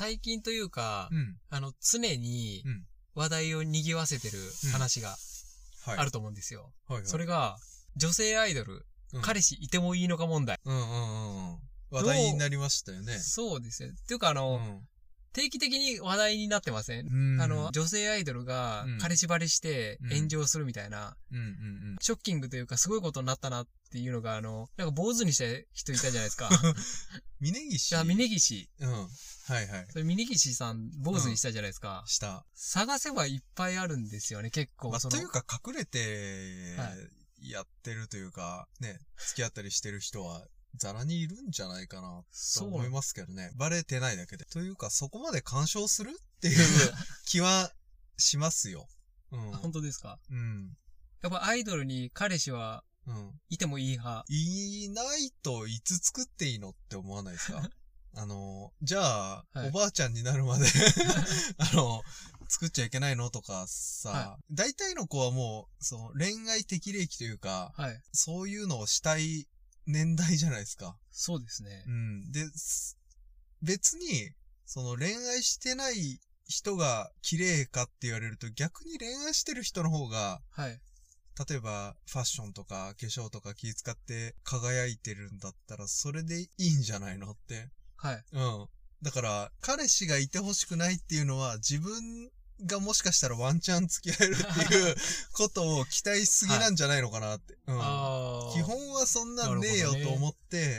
最近というか、 うん。 常にうん。 話題を賑わせてる話がはい。 あると思うんですよ。 はいはい。 それが、女性アイドル、彼氏いてもいいのか問題。 うんうんうんうん。話題になりましたよね。 そうですね。っていうかうん。 定期的に話題になってません？女性アイドルが彼氏バレして炎上するみたいな、ショッキングというかすごいことになったなっていうのが、なんか坊主にした人いたじゃないですか。 峯岸。 峯岸。 うん。はいはい。 それ峯岸さん、坊主にしたじゃないですか。 した。 探せばいっぱいあるんですよね、結構。 まあ、というか隠れて、やってるというか、ね、付き合ったりしてる人は、ザラにいるんじゃないかな、と思いますけどね。バレてないだけで。というか、そこまで干渉するっていう気はしますよ。うん。 本当ですか？ うん。 やっぱアイドルに彼氏は、いてもいい派。 いないといつ作っていいのって思わないですか？じゃあ、おばあちゃんになるまで作っちゃいけないのとかさ、大体の子はもう、恋愛適齢期というか、そういうのをしたい年代じゃないですか。 そうですね。 うん。で、別に、恋愛してない人が綺麗かって言われると、逆に恋愛してる人の方が、例えば、ファッションとか化粧とか気遣って輝いてるんだったら、それでいいんじゃないのって。うん。だから、彼氏がいてほしくないっていうのは、自分がもしかしたらワンチャン付き合えるっていうことを期待しすぎなんじゃないのかなって。うん。基本はそんなんねえよと思って、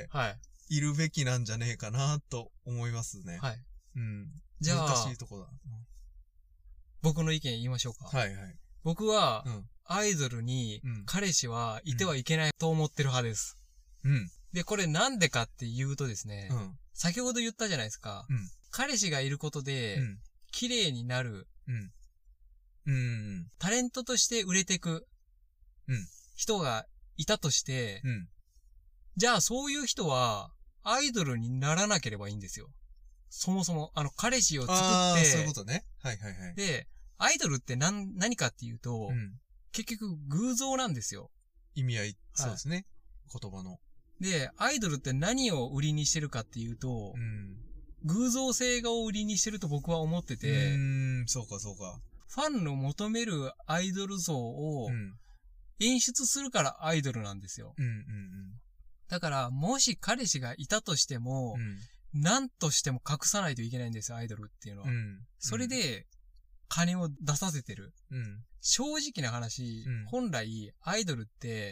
いるべきなんじゃねえかなと思いますね。うん。じゃあ、難しいとこだ。 僕の意見言いましょうか。僕は、アイドルに彼氏はいてはいけないと思ってる派です。で、これなんでかって言うとですね、先ほど言ったじゃないですか。彼氏がいることで、綺麗になる、タレントとして売れてく人がいたとして、じゃあそういう人はアイドルにならなければいいんですよ。そもそも、彼氏を作って、 そういうことね。 で、アイドルって何かっていうと、結局偶像なんですよ。 意味合い、そうですね。言葉の。 で、アイドルって何を売りにしてるかっていうと、偶像性を売りにしてると僕は思ってて、 そうかそうか。 ファンの求めるアイドル像を演出するからアイドルなんですよ。だから、もし彼氏がいたとしても、何としても隠さないといけないんですよ、アイドルっていうのは。それで、金を出させてる。正直な話、本来、アイドルって、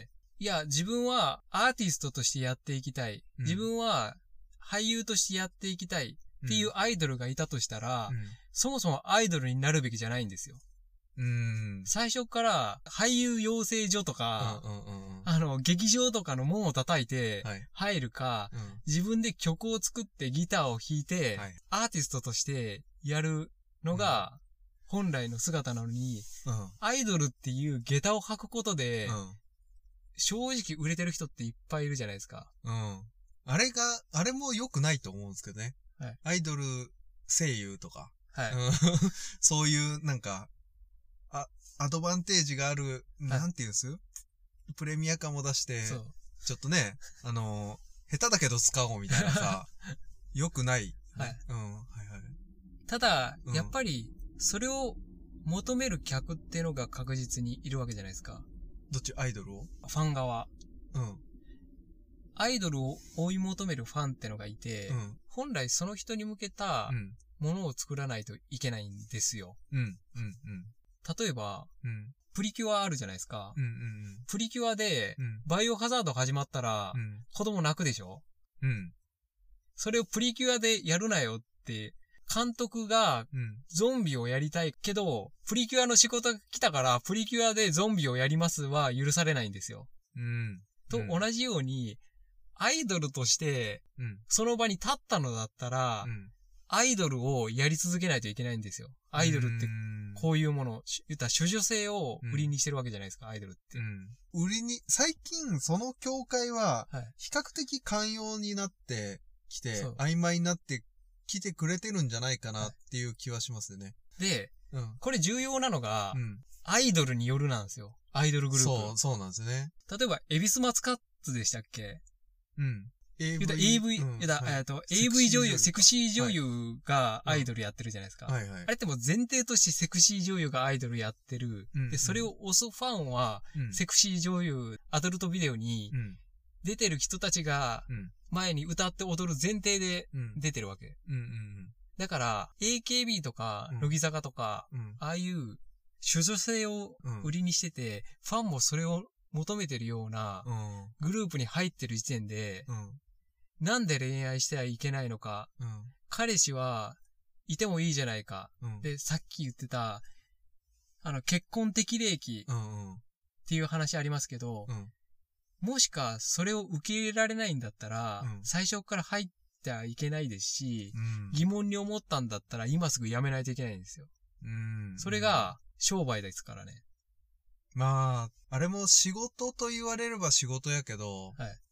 いや、自分はアーティストとしてやっていきたい。自分は俳優としてやっていきたいっていうアイドルがいたとしたら、そもそもアイドルになるべきじゃないんですよ。最初から俳優養成所とか、劇場とかの門を叩いて入るか、自分で曲を作ってギターを弾いて、アーティストとしてやるのが本来の姿なのに、アイドルっていう下駄を履くことで、正直売れてる人っていっぱいいるじゃないですか。 あれも良くないと思うんですけどね。アイドル声優とか。そういうなんか、アドバンテージがある、なんていうんですプレミア感も出して、ちょっとね、下手だけど使おうみたいなさ、良くない。ただ、やっぱり、それを求める客っていうのが確実にいるわけじゃないですか。 どっち？アイドルを？ ファン側。アイドルを追い求めるファンってのがいて、本来その人に向けたものを作らないといけないんですよ。例えば、プリキュアあるじゃないですか。プリキュアで、バイオハザード始まったら、子供泣くでしょ？それをプリキュアでやるなよって、監督がゾンビをやりたいけど、プリキュアの仕事が来たからプリキュアでゾンビをやりますは許されないんですよ。と同じように、アイドルとしてその場に立ったのだったら、アイドルをやり続けないといけないんですよ。アイドルってこういうもの、言ったら処女性を売りにしてるわけじゃないですか、アイドルって。 最近その境界は比較的寛容になってきて、曖昧になって来てくれてるんじゃないかなっていう気はしますね。 で、これ重要なのが、アイドルによるなんですよ。アイドルグループ。 そうなんですね。 例えば、エビスマスカッツでしたっけ？ AV 女優、セクシー女優がアイドルやってるじゃないですか。はいはい、あれってもう前提としてセクシー女優がアイドルやってる。で、それを推すファンは、セクシー女優、アダルトビデオに出てる人たちが前に歌って踊る前提で出てるわけ。だから、AKB とか、乃木坂とか、ああいう処女性を売りにしてて、ファンもそれを求めてるようなグループに入ってる時点で、なんで恋愛してはいけないのか、彼氏はいてもいいじゃないか。で、さっき言ってた、結婚適齢期っていう話ありますけど、もしかそれを受け入れられないんだったら、最初から入ってはいけないですし、疑問に思ったんだったら今すぐやめないといけないんですよ。それが商売ですからね。 まあ、あれも仕事と言われれば仕事やけど、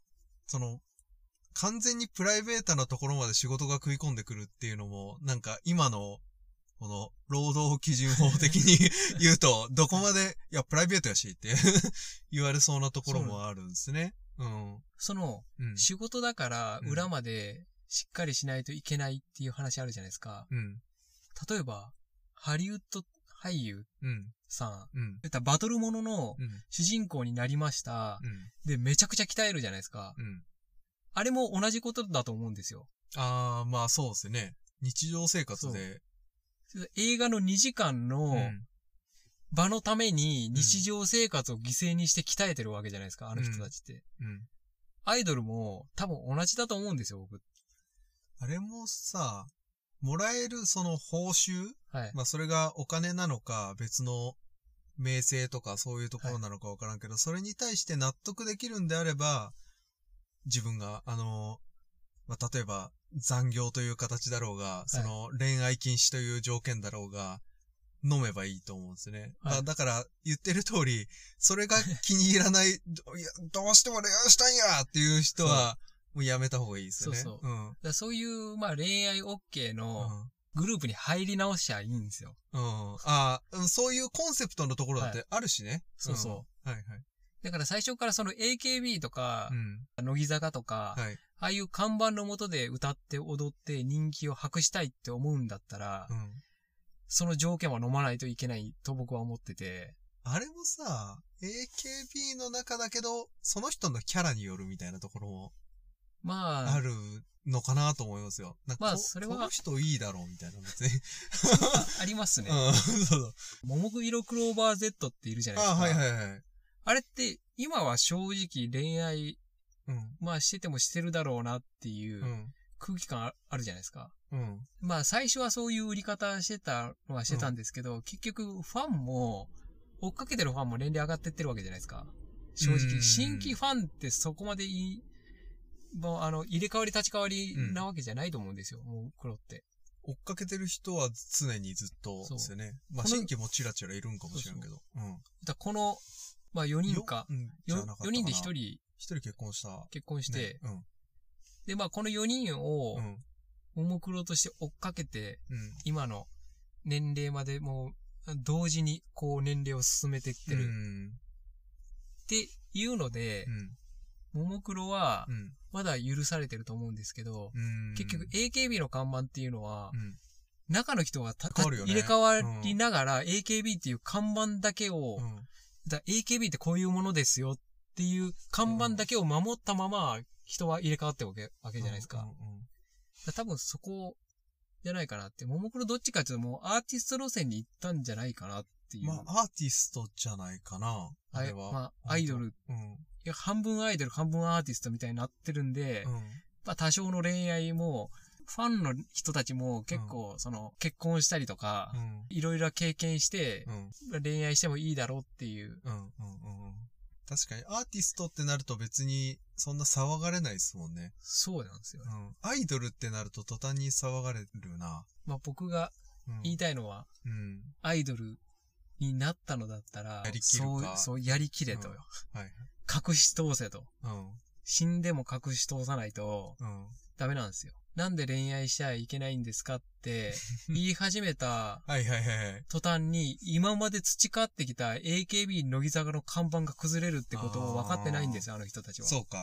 完全にプライベートなところまで仕事が食い込んでくるっていうのも、なんか今の、この、労働基準法的に言うと、どこまで、いや、プライベートやしって言われそうなところもあるんですね。 仕事だから裏までしっかりしないといけないっていう話あるじゃないですか。例えば、ハリウッド俳優さん、バトルものの主人公になりました。で、めちゃくちゃ鍛えるじゃないですか。あれも同じことだと思うんですよ。 ああ、まあそうですね。日常生活で。 映画の2時間の場のために日常生活を犠牲にして鍛えてるわけじゃないですか、あの人たちって。アイドルも多分同じだと思うんですよ、僕。 あれもさ、もらえるその報酬、まあそれがお金なのか別の名声とかそういうところなのかわからんけど、それに対して納得できるんであれば、自分が、まあ、例えば残業という形だろうが、その恋愛禁止という条件だろうが、飲めばいいと思うんですね。まあ、だから言ってる通り、それが気に入らない、いや、どうしても恋愛したいんやっていう人は、もうやめた方がいいですよね。 そういう、まあ恋愛 OK のグループに入り直しちゃいいんですよ。 そういうコンセプトのところだってあるしね。だから最初からその AKB とか、乃木坂とか、ああいう看板の下で歌って踊って人気を博したいって思うんだったら、その条件は飲まないといけないと僕は思ってて。 あれもさ、AKB の中だけど、その人のキャラによるみたいなところも、あるのかなと思いますよ。それは。この人いいだろうみたいな別に。 ありますね。ももクロクローバー Z っているじゃないですか。あれって、今は正直恋愛、まあしててもしてるだろうなっていう空気感あるじゃないですか。まあ最初はそういう売り方してたのはしてたんですけど、結局ファンも、追っかけてるファンも年齢上がってってるわけじゃないですか。正直。新規ファンってそこまでもう入れ替わり立ち替わりなわけじゃないと思うんですよ、もう黒って。 追っかけてる人は常にずっとですよね。まあ新規もチラチラいるんかもしれんけど。 この、まあ4人か。4人で1人。 結婚した。 結婚して。で、まあこの4人を、ももクロとして追っかけて、今の年齢までもう同時にこう年齢を進めていってる。っていうので、ももクロは、まだ許されてると思うんですけど、結局 AKB の看板っていうのは、中の人が入れ替わりながら AKB っていう看板だけを、AKB ってこういうものですよっていう看板だけを守ったまま人は入れ替わってるわけじゃないですか。多分そこじゃないかなって。ももクロどっちかっていうともうアーティスト路線に行ったんじゃないかなっていう。 まあアーティストじゃないかな。あれは。 まあアイドル。いや、半分アイドル、半分アーティストみたいになってるんで、まあ多少の恋愛も、ファンの人たちも結構、結婚したりとか、いろいろ経験して、恋愛してもいいだろうっていう。 確かに、アーティストってなると別に、そんな騒がれないですもんね。 そうなんですよ。 アイドルってなると途端に騒がれるな。 まあ僕が言いたいのは、アイドルになったのだったら、 やりきるか。 そう、やりきれとよ。隠し通せと。死んでも隠し通さないと、ダメなんですよ。なんで恋愛しちゃいけないんですかって言い始めた途端に今まで培ってきた AKB 乃木坂の看板が崩れるってことを分かってないんですよ、あの人たちは。 そうか。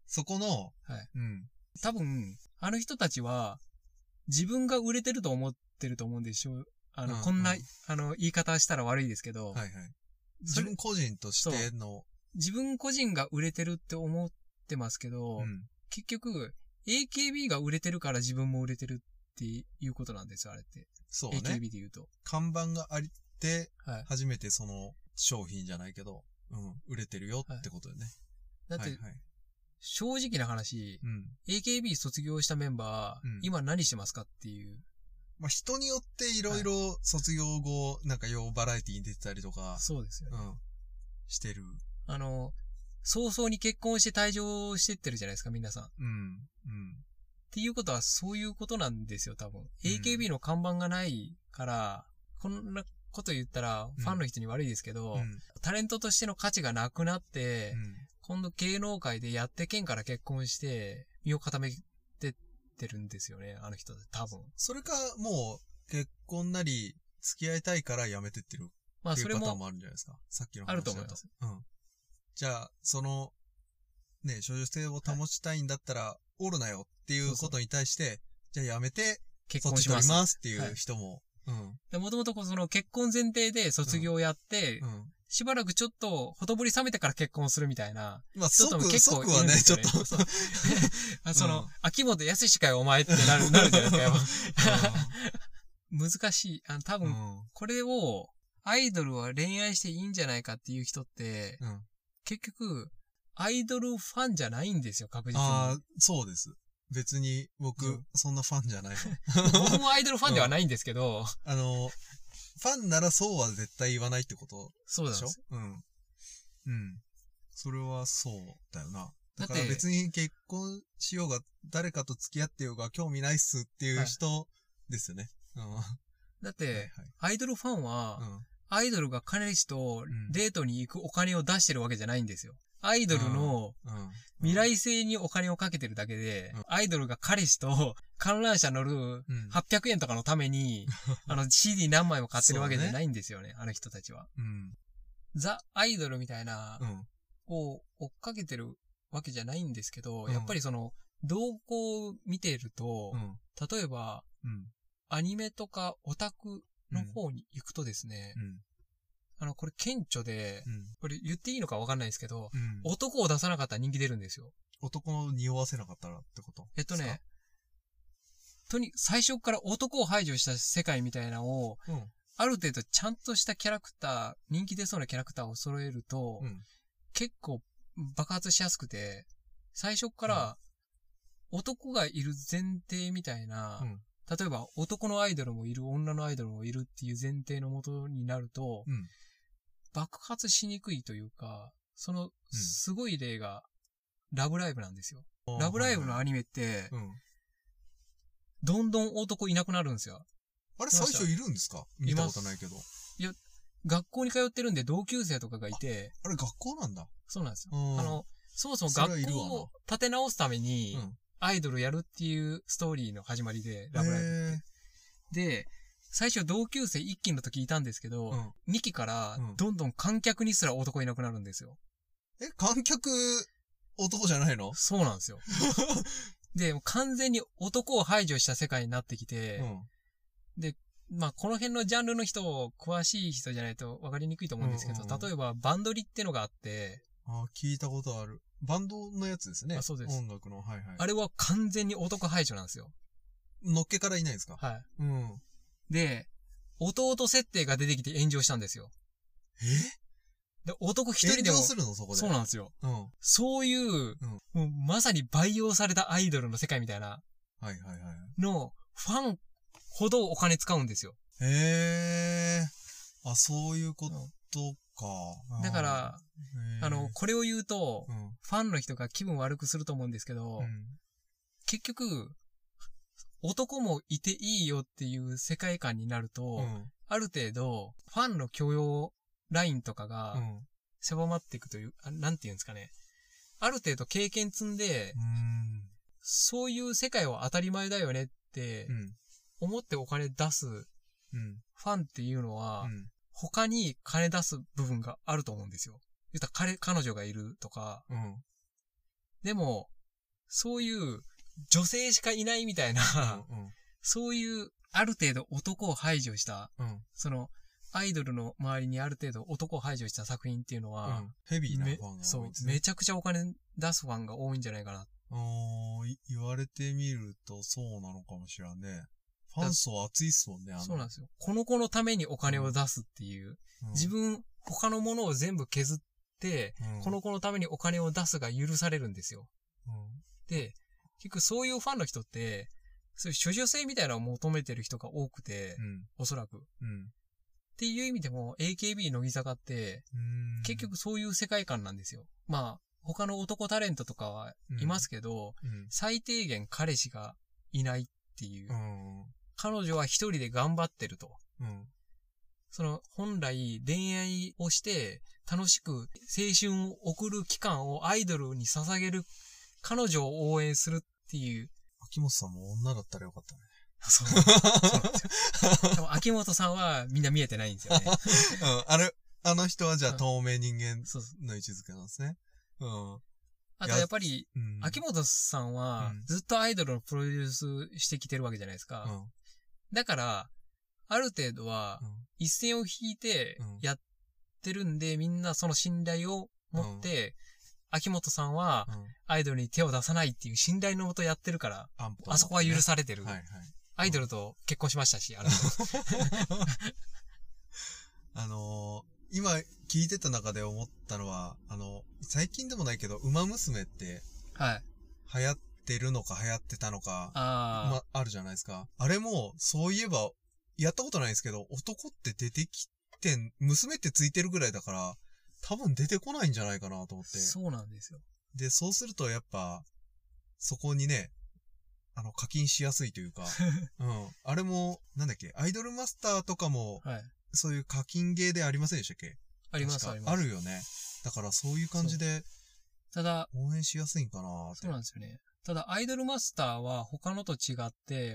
そこの、 はい。うん。多分、あの人たちは、自分が売れてると思ってると思うんでしょう。こんな、言い方したら悪いですけど。 はいはい。自分個人としての。 自分個人が売れてるって思ってますけど、結局、AKB が売れてるから自分も売れてるっていうことなんですよ、あれって。そうね。AKB で言うと。 看板がありって、初めてその商品じゃないけど、売れてるよってことでね。 だって、正直な話、AKB 卒業したメンバー、今何してますかっていう。 まあ、人によっていろいろ卒業後、なんかバラエティに出てたりとか。 そうですよね。 してる。 早々に結婚して退場してってるじゃないですか、皆さん。っていうことはそういうことなんですよ、多分。AKB の看板がないから、こんなこと言ったらファンの人に悪いですけど、タレントとしての価値がなくなって、今度芸能界でやってけんから結婚して、身を固めてってるんですよね、あの人多分。 それか、もう、結婚なり、付き合いたいから辞めてってる。まあ、それも。っていうパターンもあるんじゃないですか。さっきの話だと。 あると思います。 じゃあ、ね、所有性を保ちたいんだったら、おるなよっていうことに対して、じゃあ辞めて、結婚しますっていう人も。 もともと結婚前提で卒業をやって、しばらくちょっと、ほとぼり冷めてから結婚するみたいな。 まあ、即はね、ちょっと。 秋元康かよ、お前ってなるじゃないですか、やっぱ。難しい。多分、これを、アイドルは恋愛していいんじゃないかっていう人って、結局、アイドルファンじゃないんですよ、確実に。ああ、 そうです。別に、僕、そんなファンじゃないの。僕もアイドルファンではないんですけど。 ファンならそうは絶対言わないってことでしょ？ そうなんです。 それはそうだよな。だから別に結婚しようが、誰かと付き合ってようが興味ないっすっていう人ですよね。 だって、アイドルファンは、アイドルが彼氏とデートに行くお金を出してるわけじゃないんですよ。アイドルの未来性にお金をかけてるだけで、アイドルが彼氏と観覧車乗る800円とかのために、CD 何枚も買ってるわけじゃないんですよね、あの人たちは。ザ・アイドルみたいな、を追っかけてるわけじゃないんですけど、やっぱり動向を見ていると、例えば、アニメとかオタクの方に行くとですね、これ顕著で、これ言っていいのかわかんないですけど、男を出さなかったら人気出るんですよ。 男を匂わせなかったらってこと最初から男を排除した世界みたいなのを、ある程度ちゃんとしたキャラクター、人気出そうなキャラクターを揃えると、結構爆発しやすくて、最初から男がいる前提みたいな、例えば男のアイドルもいる、女のアイドルもいるっていう前提のもとになると、爆発しにくいというか、すごい例が、ラブライブなんですよ。ラブライブのアニメって、どんどん男いなくなるんですよ。 あれ最初いるんですか？見たことないけど。 いや、学校に通ってるんで同級生とかがいて。 あれ学校なんだ。 そうなんですよ。そもそも学校を立て直すために、アイドルやるっていうストーリーの始まりで、ラブライブって。で、最初同級生1期の時いたんですけど、2期からどんどん観客にすら男いなくなるんですよ。 観客男じゃないの？ そうなんですよ。で、完全に男を排除した世界になってきて、で、まあ、この辺のジャンルの人、詳しい人じゃないと分かりにくいと思うんですけど、例えばバンドリってのがあって、 聞いたことある。バンドのやつですね。 そうです。 音楽の。はいはい。 あれは完全に男排除なんですよ。 のっけからいないんですか？ はい。で、弟設定が出てきて炎上したんですよ。で、男一人でも。 炎上するのそこで。 そうなんですよ。そういう、もうまさに培養されたアイドルの世界みたいな。の、ファンほどお金使うんですよ。 そういうことか。 だから、これを言うと、ファンの人が気分悪くすると思うんですけど、結局、男もいていいよっていう世界観になると、ある程度、ファンの許容ラインとかが、狭まっていくという、なんていうんですかね。ある程度経験積んで、そういう世界は当たり前だよねって、思ってお金出す、ファンっていうのは、他に金出す部分があると思うんですよ。言ったら彼女がいるとか。でも、 そういう女性しかいないみたいな、そういうある程度男を排除した、そのアイドルの周りにある程度男を排除した作品っていうのは、 ヘビーなファンが多いですね。 そう、めちゃくちゃお金出すファンが多いんじゃないかな。 言われてみるとそうなのかもしれんね。ファン層熱いっすもんね。 そうなんですよ。この子のためにお金を出すっていう、他のものを全部削って、この子のためにお金を出すが許されるんですよ。で、結局そういうファンの人って、そういう処女性みたいなのを求めてる人が多くて、おそらく。っていう意味でも AKB 乃木坂って、結局そういう世界観なんですよ。まあ、他の男タレントとかはいますけど、最低限彼氏がいないっていう。彼女は一人で頑張ってると。その本来恋愛をして楽しく青春を送る期間をアイドルに捧げる彼女を応援するっていう。 秋元さんも女だったらよかったね。 そうなんですよ。でも秋元さんはみんな見えてないんですよね。 あの人はじゃあ透明人間の位置づけなんですね。 あとやっぱり、秋元さんはずっとアイドルのプロデュースしてきてるわけじゃないですか。だから、ある程度は一線を引いてやってるんで、みんなその信頼を持って、秋元さんはアイドルに手を出さないっていう信頼のもとやってるから、あそこは許されてる。アイドルと結婚しましたし、 今聞いてた中で思ったのは、最近でもないけど、ウマ娘って、流行ってるのか流行ってたのか、あるじゃないですか。あれも、そういえば、やったことないですけど、男って出てきて、娘ってついてるぐらいだから、多分出てこないんじゃないかなと思って。 そうなんですよ。 で、そうするとやっぱ、そこにね、課金しやすいというか、あれも、なんだっけ、アイドルマスターとかも、そういう課金ゲーでありませんでしたっけ？ あります、あります。 あるよね。だからそういう感じで、ただ、応援しやすいんかなって。 そうなんですよね。ただ、アイドルマスターは他のと違って、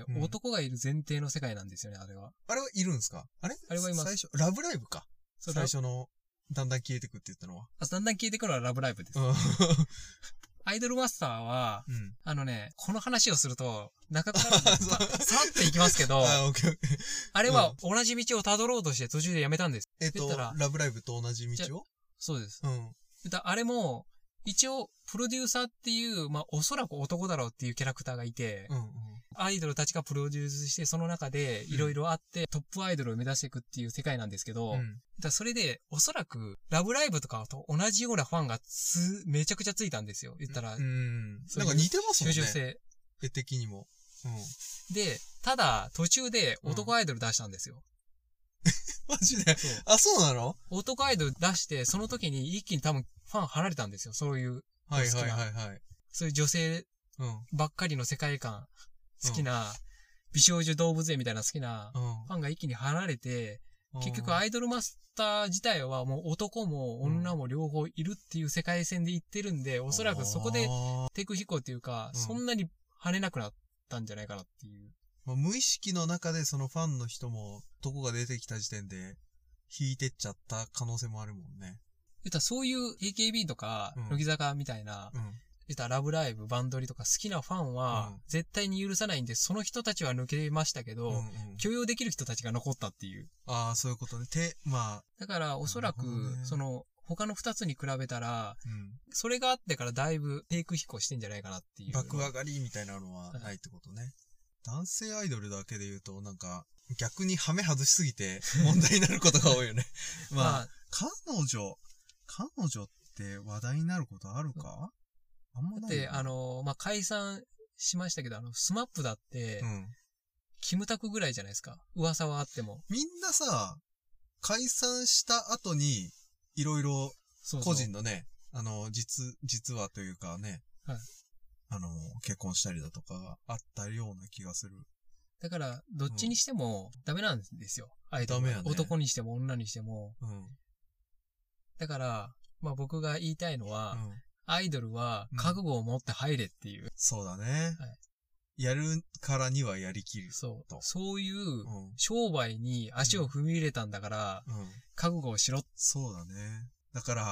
男がいる前提の世界なんですよね、あれは。 あれはいるんですか？あれはいます。最初、ラブライブか。最初の、だんだん消えてくって言ったのは。 だんだん消えてくのはラブライブです。アイドルマスターは、この話をすると、中田さらっていきますけど、あれは同じ道を辿ろうとして途中でやめたんです。 ラブライブと同じ道を？ そうです。あれも、一応、プロデューサーっていう、おそらく男だろうっていうキャラクターがいて、アイドルたちがプロデュースして、その中でいろいろあって、トップアイドルを目指していくっていう世界なんですけど、それで、おそらく、ラブライブとかと同じようなファンがめちゃくちゃついたんですよ。言ったら。 なんか似てますもんね。絵的にも。 で、ただ、途中で男アイドル出したんですよ。 マジで？そうなの？ 男アイドル出して、その時に一気に多分ファン離れたんですよ。そういう。そういう女性ばっかりの世界観、好きな、美少女動物園みたいな好きなファンが一気に離れて、結局アイドルマスター自体はもう男も女も両方いるっていう世界線で行ってるんで、おそらくそこでテク飛行っていうか、そんなに跳ねなくなったんじゃないかなっていう。 無意識の中でそのファンの人も男が出てきた時点で引いてっちゃった可能性もあるもんね。 そういう AKB とか、乃木坂みたいな、ラブライブ、バンドリとか好きなファンは絶対に許さないんで、その人たちは抜けましたけど、許容できる人たちが残ったっていう。 そういうことね。 だからおそらく、他の二つに比べたら、それがあってからだいぶ低空飛行してんじゃないかなっていう。 爆上がりみたいなのはないってことね。男性アイドルだけで言うと、なんか、逆にハメ外しすぎて問題になることが多いよね。彼女って話題になることあるか？あんまないよね。 だって、解散しましたけど、スマップだって、キムタクぐらいじゃないですか。噂はあっても。 みんなさ、解散した後に、いろいろ、個人のね、実はというかね、結婚したりだとかがあったような気がする。 だから、どっちにしてもダメなんですよ。ダメやね。男にしても女にしても。だから、僕が言いたいのは、アイドルは覚悟を持って入れっていう。 そうだね。やるからにはやりきる。 そういう商売に足を踏み入れたんだから、覚悟をしろ。 そうだね。だから、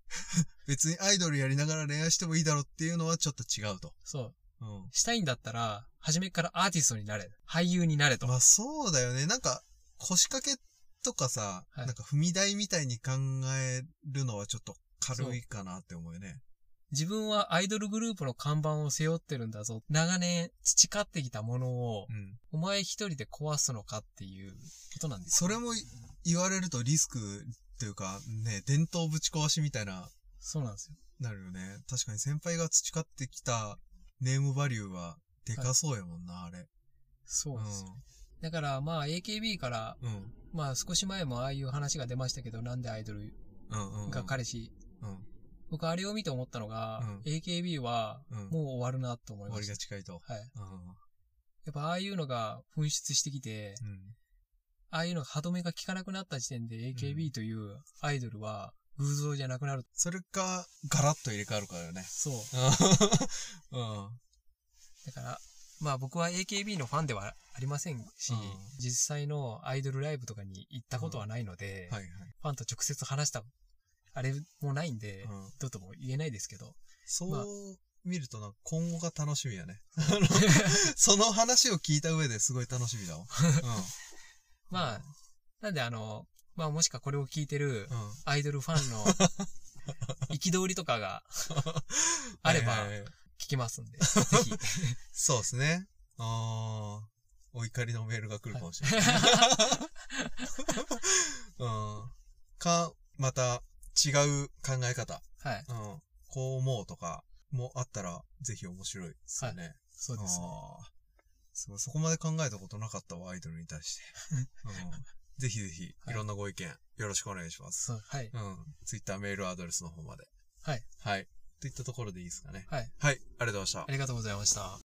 別にアイドルやりながら恋愛してもいいだろうっていうのはちょっと違うと。 そう。したいんだったら、初めからアーティストになれ。俳優になれと。 まあそうだよね。なんか、腰掛けとかさ、なんか踏み台みたいに考えるのはちょっと軽いかなって思うよね。 自分はアイドルグループの看板を背負ってるんだぞ。長年培ってきたものを、お前一人で壊すのかっていうことなんです、 それも言われるとリスクというか、ね、伝統ぶち壊しみたいな。 そうなんですよ。 なるよね。確かに先輩が培ってきたネームバリューはでかそうやもんな、あれ。 そうです。だからまあ AKB から、まあ少し前もああいう話が出ましたけど、なんでアイドルが彼氏、僕あれを見て思ったのが、AKB はもう終わるなと思いました。 終わりが近いと。 はい。やっぱああいうのが噴出してきて、ああいうのが歯止めが効かなくなった時点で AKB というアイドルは偶像じゃなくなる。 それか、ガラッと入れ替わるからよね。 そう。だから、まあ僕は AKB のファンではありませんし、実際のアイドルライブとかに行ったことはないので、ファンと直接話したあれもないんで、どうとも言えないですけど。 そう見るとな、今後が楽しみやね。その話を聞いた上ですごい楽しみだわ。 まあ、なんでまあもしかこれを聞いてるアイドルファンの憤りとかがあれば聞きますんで、ぜひ。 そうですね。お怒りのメールが来るかもしれない。か、また違う考え方。こう思うとかもあったら、ぜひ面白いですよね。 そうですね。 そこまで考えたことなかったわ、アイドルに対して。ぜひぜひ、いろんなご意見、よろしくお願いします。ツイッターメールアドレスの方まで。といったところでいいですかね。 はい。 ありがとうございました。 ありがとうございました。